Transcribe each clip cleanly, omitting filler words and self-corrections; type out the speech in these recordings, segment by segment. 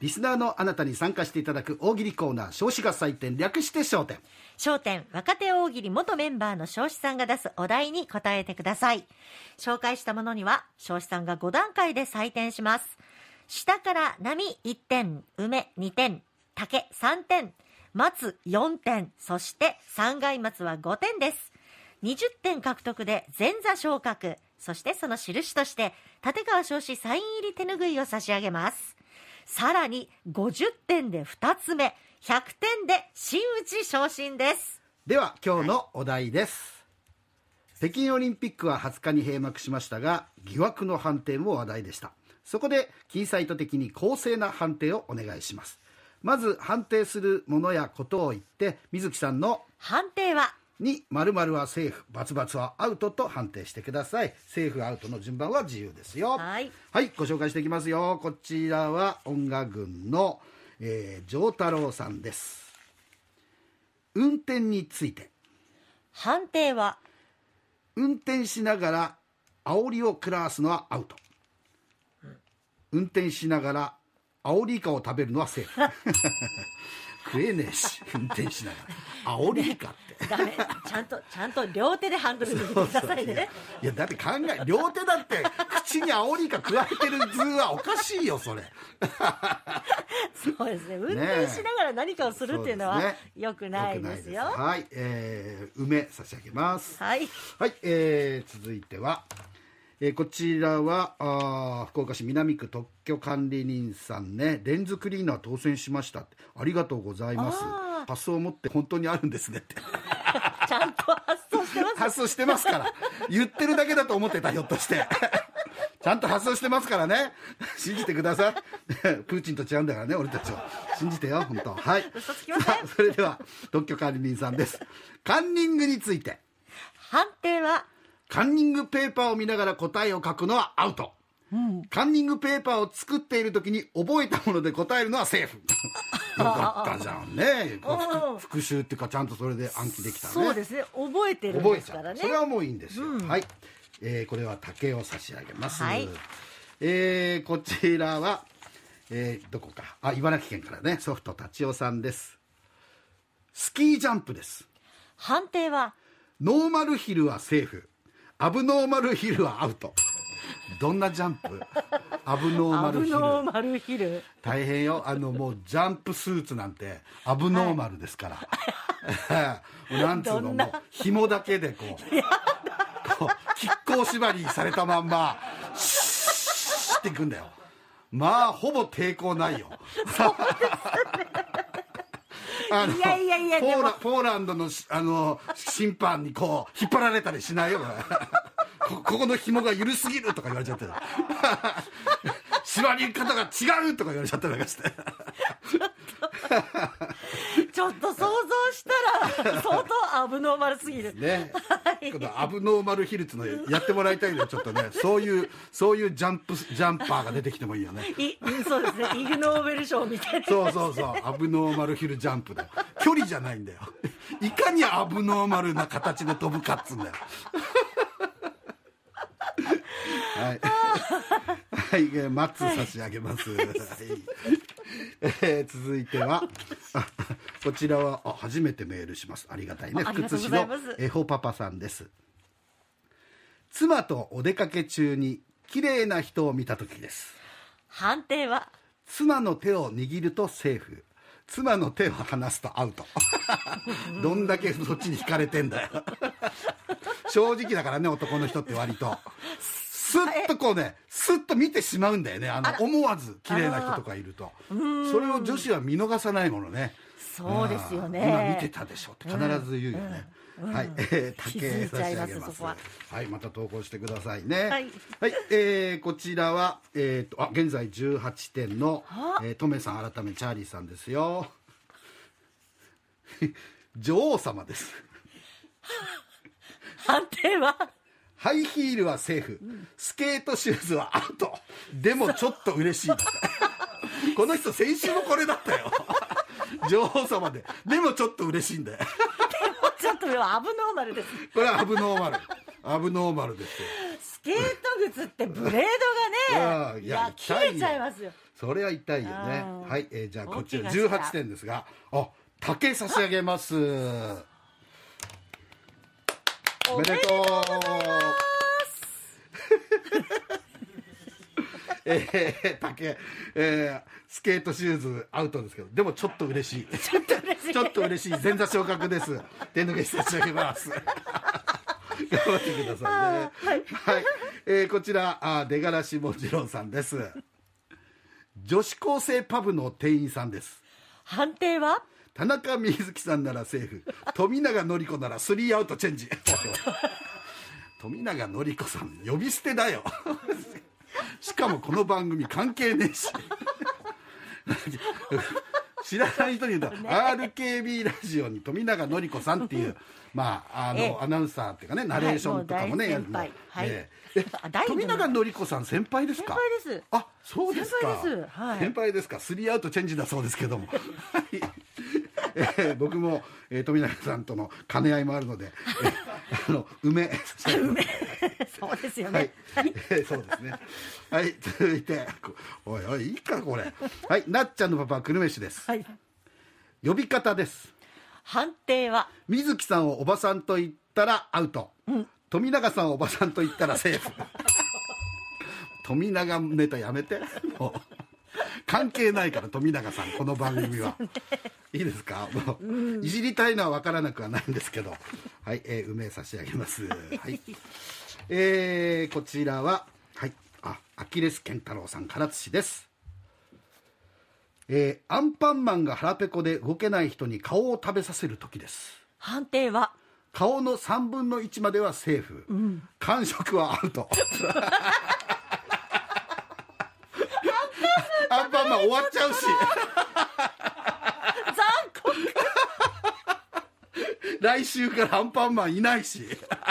リスナーのあなたに参加していただく大喜利コーナー、少子合採点、略して笑点。 笑点若手大喜利元メンバーの少子さんが出すお題に答えてください。紹介したものには少子さんが5段階で採点します。下から波1点、梅2点、竹3点、松4点、そして三階松は5点です。20点獲得で前座昇格、そしてその印として立川少子サイン入り手ぬぐいを差し上げます。さらに50点で2つ目、100点で真打ち昇進です。 では今日のお題です。北京オリンピックは20日に閉幕しましたが、疑惑の判定も話題でした。そこでキーサイト的に公正な判定をお願いします。まず判定するものやことを言って、水木さんの判定はに〇〇はセーフ、××はアウトと判定してください。セーフアウトの順番は自由ですよ。 はい、 はい、ご紹介していきますよ。こちらは音楽軍の丈太郎さんです。運転について判定は運転しながら煽りを食らわすのはアウト、運転しながら煽りイカを食べるのはセーフ食えねえし、運転しながら煽りイカってダメ、ちゃんと両手でハンドル握ってくださいね。 いやだって両手だって口に煽りイカ食われてる図はおかしいよそれそうですね、運転しながら何かをするっていうのは良くないですよ。 はい、梅差し上げます。 はい、 はい、続いてはこちらは福岡市南区特許管理人さんね。レンズクリーナー当選しましたって、ありがとうございます。発想を持って本当にあるんですねってちゃんと発想してます。 発想してますから言ってるだけだと思ってた、ひょっとしてちゃんと発想してますからね、信じてくださいプーチンと違うんだからね、俺たちは信じてよ本当。はい、 嘘つきません。 それでは特許管理人さんです。カンニングについて判定はカンニングペーパーを見ながら答えを書くのはアウト、カンニングペーパーを作っている時に覚えたもので答えるのはセーフよかったじゃんね。復習っていうかちゃんとそれで暗記できたね。 そうですね、覚えてるんですからね。 それはもういいんですよ。はい、これは竹を差し上げます。はい、こちらは、どこか茨城県からね、ソフト立夫さんです。スキージャンプです。 判定はノーマルヒルはセーフ、アブノーマルヒルはアウト。どんなジャンプアブノーマルヒル大変よ。もうジャンプスーツなんてアブノーマルですから、なんつうの、もう紐だけでこう亀甲縛りされたまんまシーっていくんだよ。まあほぼ抵抗ないよそうですね。いやポーランドの審判にこう引っ張られたりしないよここの紐が緩すぎるとか言われちゃって縛り方が違うとか言われちゃったりなんかしてちょっと想像したら相当アブノーマルすぎるね。アブノーマルヒルってのやってもらいたいので、ちょっとね、そういうジャンパーが出てきてもいいよね。 そうですね、イグ・ノーベル賞みたいな。 そうアブノーマルヒルジャンプだよ。距離じゃないんだよ。いかにアブノーマルな形で飛ぶかっつうんだよはいはい、マッツ差し上げます。はい、続いてはこちらは初めてメールします。ありがたいね。福津市のエホパパさんです。妻とお出かけ中に綺麗な人を見た時です。 判定は妻の手を握るとセーフ、妻の手を離すとアウトどんだけそっちに惹かれてんだよ正直だからね、男の人って割とスッとこうね、スッと見てしまうんだよね。思わず綺麗な人とかいると、それを女子は見逃さないものね。 そうですよね。 今見てたでしょって必ず言うよね。はい、竹差し上げます。はい、また投稿してくださいね。はい、こちらは現在18点のトメさん改めチャーリーさんですよ女王様です判定はハイヒールはセーフ、スケートシューズはアウト、でもちょっと嬉しいこの人先週もこれだったよ女王様でもちょっと嬉しいんだよでもちょっとアブノーマルです。 これはアブノーマルですよ。 スケート靴ってブレードがね、いや切れちゃいますよ。 それは痛いよね。はい、じゃあこちら18点ですが、竹差し上げます。おめでとうございます竹、スケートシューズアウトですけど、でもちょっと嬉しいちょっと嬉しい前座昇格です。手抜け差し上げます頑張ってくださいね。はい、こちら出がらしもちろんさんです。女子高生パブの店員さんです。 判定は田中瑞希さんならセーフ、富永典子ならスリーアウトチェンジ富永典子さん呼び捨てだよしかもこの番組関係ねえし知らない人に言うと、RKB ラジオに富永典子さんっていうアナウンサーっていうかね、ナレーションとかもねやるの。富永典子さん先輩ですか？ 先輩です。 あ、そうですか。 先輩ですか。スリーアウトチェンジだそうですけども僕も富永さんとの兼ね合いもあるので梅そうですよね。 そうですね。はい、続いておいおいいいかこれ。はい、なっちゃんのパパ久留米市です。呼び方です。 判定は水木さんをおばさんと言ったらアウト、富永さんをおばさんと言ったらセーフ富永ネタやめて、もう関係ないから富永さん、この番組は、いいですか。もういじりたいのは分からなくはないんですけど、はい、梅差し上げます。はい、こちらは、はい、アキレス健太郎さん、唐津市です。アンパンマンが腹ペコで動けない人に顔を食べさせる時です。 判定は顔の3分の1まではセーフ、完食はアウトアンパンマン終わっちゃうし残酷来週からアンパンマンいないし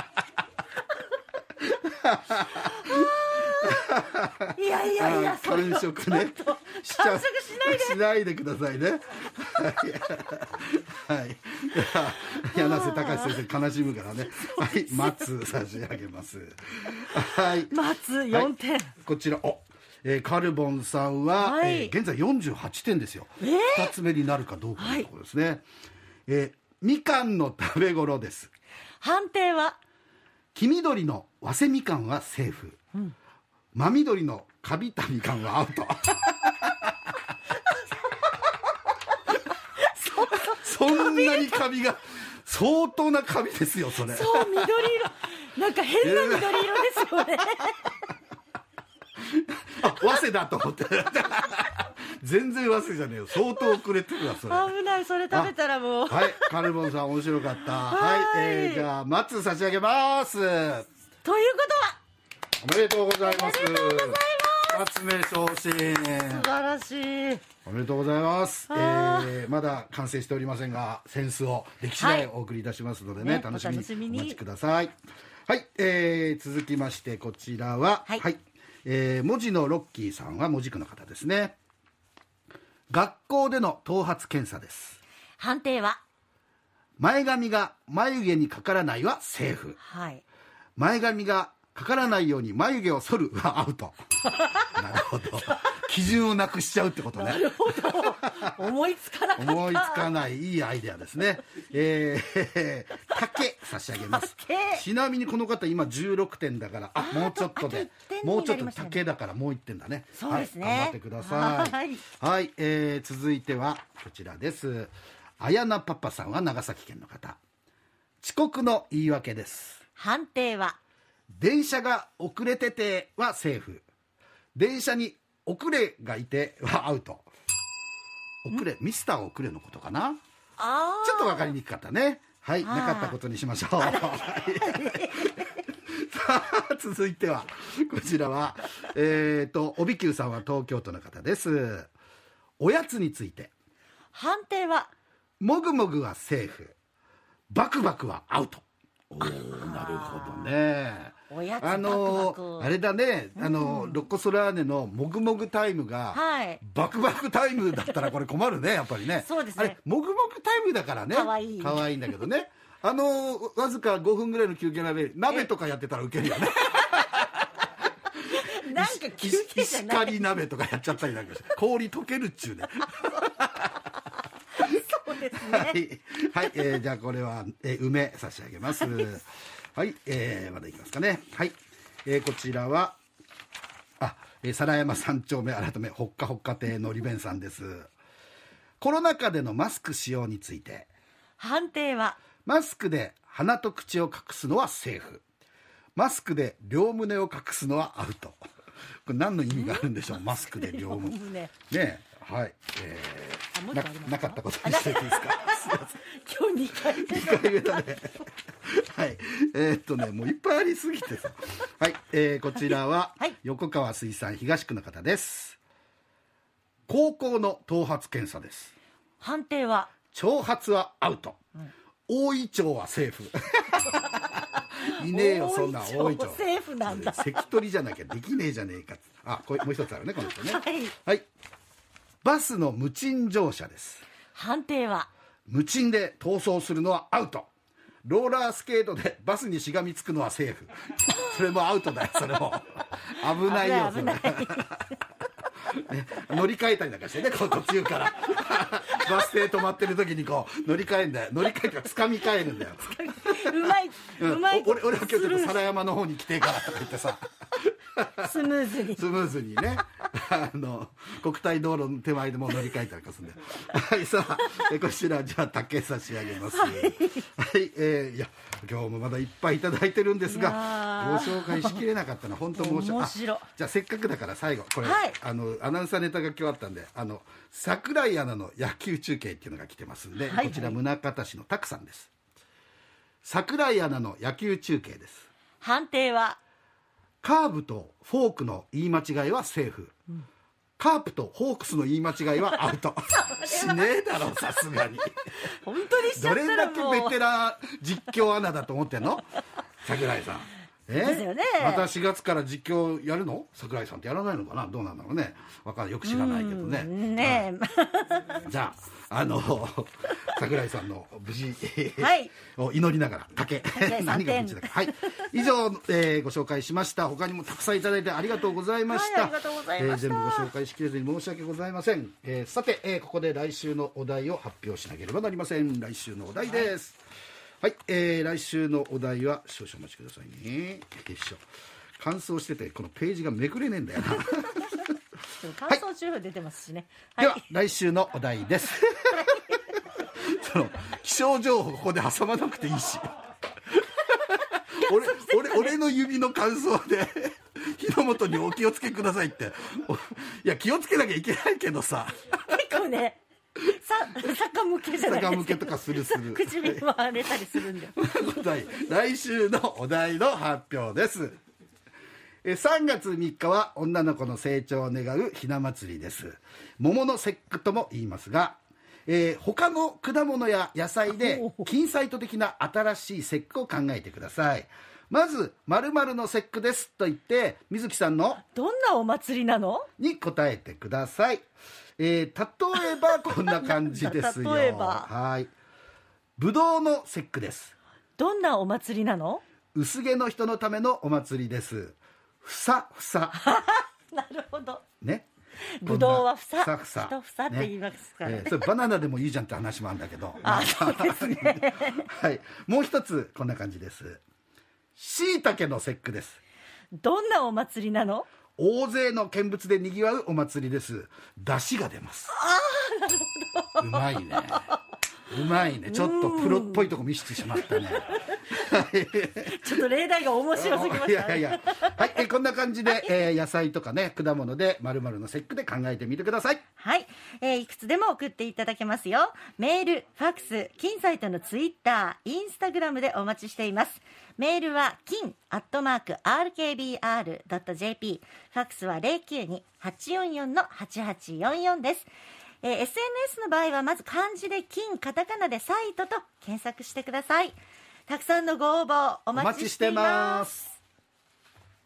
いや完食ね、 完食しないでくださいねはい柳瀬隆先生悲しむからね。はい、松差し上げます。はい、 松4点、 こちらカルボンさんは、現在48点ですよ。2つ目になるかどうかというところですね。みかんの食べ頃です。 判定は黄緑の早生みかんはセーフ、真緑のカビたみかんはアウトそんなにカビが相当なカビですよそれ。 そう緑色、なんか変な緑色ですよね早生だと思って全然早生じゃねえよ、相当遅れてるわそれ。 危ない、それ食べたらもう。 はい、カルボンさん面白かった。はい、じゃあ松差し上げます。ということはおめでとうございます。2つ目昇進、素晴らしい。 おめでとうございます。まだ完成しておりませんが、センスをでき次第お送りいたしますのでね、楽しみにお待ちください。はい、続きましてこちらは、文字のロッキーさんは文字区の方ですね。学校での頭髪検査です。 判定は前髪が眉毛にかからないはセーフ、前髪がかからないように眉毛を剃るはアウトなるほど、基準をなくしちゃうってことね。 なるほど、思いつかなかった。 思いつかない、いいアイデアですね。竹差し上げます。ちなみにこの方今16点だから、もうちょっとで、もうちょっと竹だからもう1点だね。 そうですね、 頑張ってください。はい、続いてはこちらです。あやなパパさんは長崎県の方。遅刻の言い訳です。 判定は電車が遅れててはセーフ、電車に遅れがいてはアウト。遅れ、ミスター遅れのことかな。ちょっと分かりにくかったね。はい、なかったことにしましょうさあ続いてはこちらはおびきゅうさんは東京都の方です。おやつについて。 判定はもぐもぐはセーフ、バクバクはアウト。なるほどね。 おやつバクバク、 あれだね、ロコ・ソラーネのもぐもぐタイムが、バクバクタイムだったらこれ困るねやっぱりね。 そうですね、 あれもぐもぐタイムだからね、かわいいんだけどねわずか5分ぐらいの休憩鍋とかやってたらウケるよねなんか休憩じゃない石狩鍋とかやっちゃったりなんかして氷溶けるっちゅうねそうですね。 はい、じゃあこれは、梅差し上げますはい、まだいきますかね。はい、こちらは皿山三丁目改めほっかほっか亭のり弁さんです。コロナ禍でのマスク使用について判定はマスクで鼻と口を隠すのはセーフ、マスクで両胸を隠すのはアウト。これ何の意味があるんでしょうマスクで両胸ねえ、はい、なかったことにしていいですか今日2回目 2回目だねはいもういっぱいありすぎてさはい、こちらは、 はい、 横川水産東区の方です。高校の頭髪検査です。 判定は長髪はアウト、大イチョウはセーフいねえよそんな大イチョウセーフなんだ。 関取じゃなきゃできねえじゃねえか。もう一つあるねこの人ね。 はい、 はい、バスの無賃乗車です。 判定は無賃で逃走するのはアウト、ローラースケートでバスにしがみつくのはセーフそれもアウトだよそれも危ないよそれね、乗り換えたりなんかしてねこう途中からバス停止まってる時にこう乗り換えんだよ、乗り換えてつかみ替えるんだようまい俺は今日ちょっと皿山の方に来てからとか言ってさスムーズにね国体道路の手前でも乗り換えたりかするんではいさあこちらじゃあ竹差し上げますはい、いや今日もまだいっぱいいただいてるんですがご紹介しきれなかったの本当申し訳ない。じゃあせっかくだから最後これ、はい、アナウンサーネタが今日あったんで桜井アナの野球中継っていうのが来てますんで、こちら宗像市のたくさんです。桜井アナの野球中継です。 判定はカーブとフォークの言い間違いはセーフ、カープとホークスの言い間違いはアウトしねえだろさすがに本当にしちゃったらもうどれだけベテラン実況アナだと思ってんの桜井さんですよね。 また4月から実況やるの？桜井さんってやらないのかな、どうなんだろうね、わかんない、よく知らないけどね。 ねえじゃあ桜井さんの無事、 はい、 を祈りながら竹何が無事だか、はい、以上、ご紹介しました。他にもたくさんいただいてありがとうございました。 はい、ありがとうございました。 全部ご紹介しきれずに申し訳ございません。さて、ここで来週のお題を発表しなければなりません。来週のお題です。はい、来週のお題は少々お待ちくださいね。乾燥しててこのページがめくれねえんだよな乾燥注意報出てますしね、 はい、では来週のお題ですその気象情報ここで挟まなくていいし俺の指の乾燥で火の元にお気をつけくださいっていや気をつけなきゃいけないけどさ結構ね逆向けじゃないですか。 逆向けとかする唇も荒れたりするんで来週のお題の発表です。3月3日は女の子の成長を願うひな祭りです。桃の節句とも言いますが、他の果物や野菜で近サイト的な新しい節句を考えてください。まず〇〇の節句ですと言って水木さんのどんなお祭りなのに答えてください。例えばこんな感じですよ例えばはいぶどうの節句です。 どんなお祭りなの？ 薄毛の人のためのお祭りです。ふさふさなるほどね、 ぶどうはふさふさ人ふさって言いますからね、 それバナナでもいいじゃんって話もあるんだけどそうですねはい、もう一つこんな感じです。しいたけの節句です。 どんなお祭りなの？ 大勢の見物でにぎわうお祭りです。出汁が出ます。 なるほど。 うまいねうまいね。ちょっとプロっぽいとこ見せてしまったねちょっと例題が面白すぎましたね。 いやはい、こんな感じで、野菜とかね果物で〇〇の節句で考えてみてください。 はい、いくつでも送っていただけますよ。メール、ファックス、金サイトのツイッター、インスタグラムでお待ちしています。メールは金@rkbr.jp、 ファックスは 092-844-8844 です。SNS の場合はまず漢字で金、カタカナでサイトと検索してください。たくさんのご応募お待ちしています。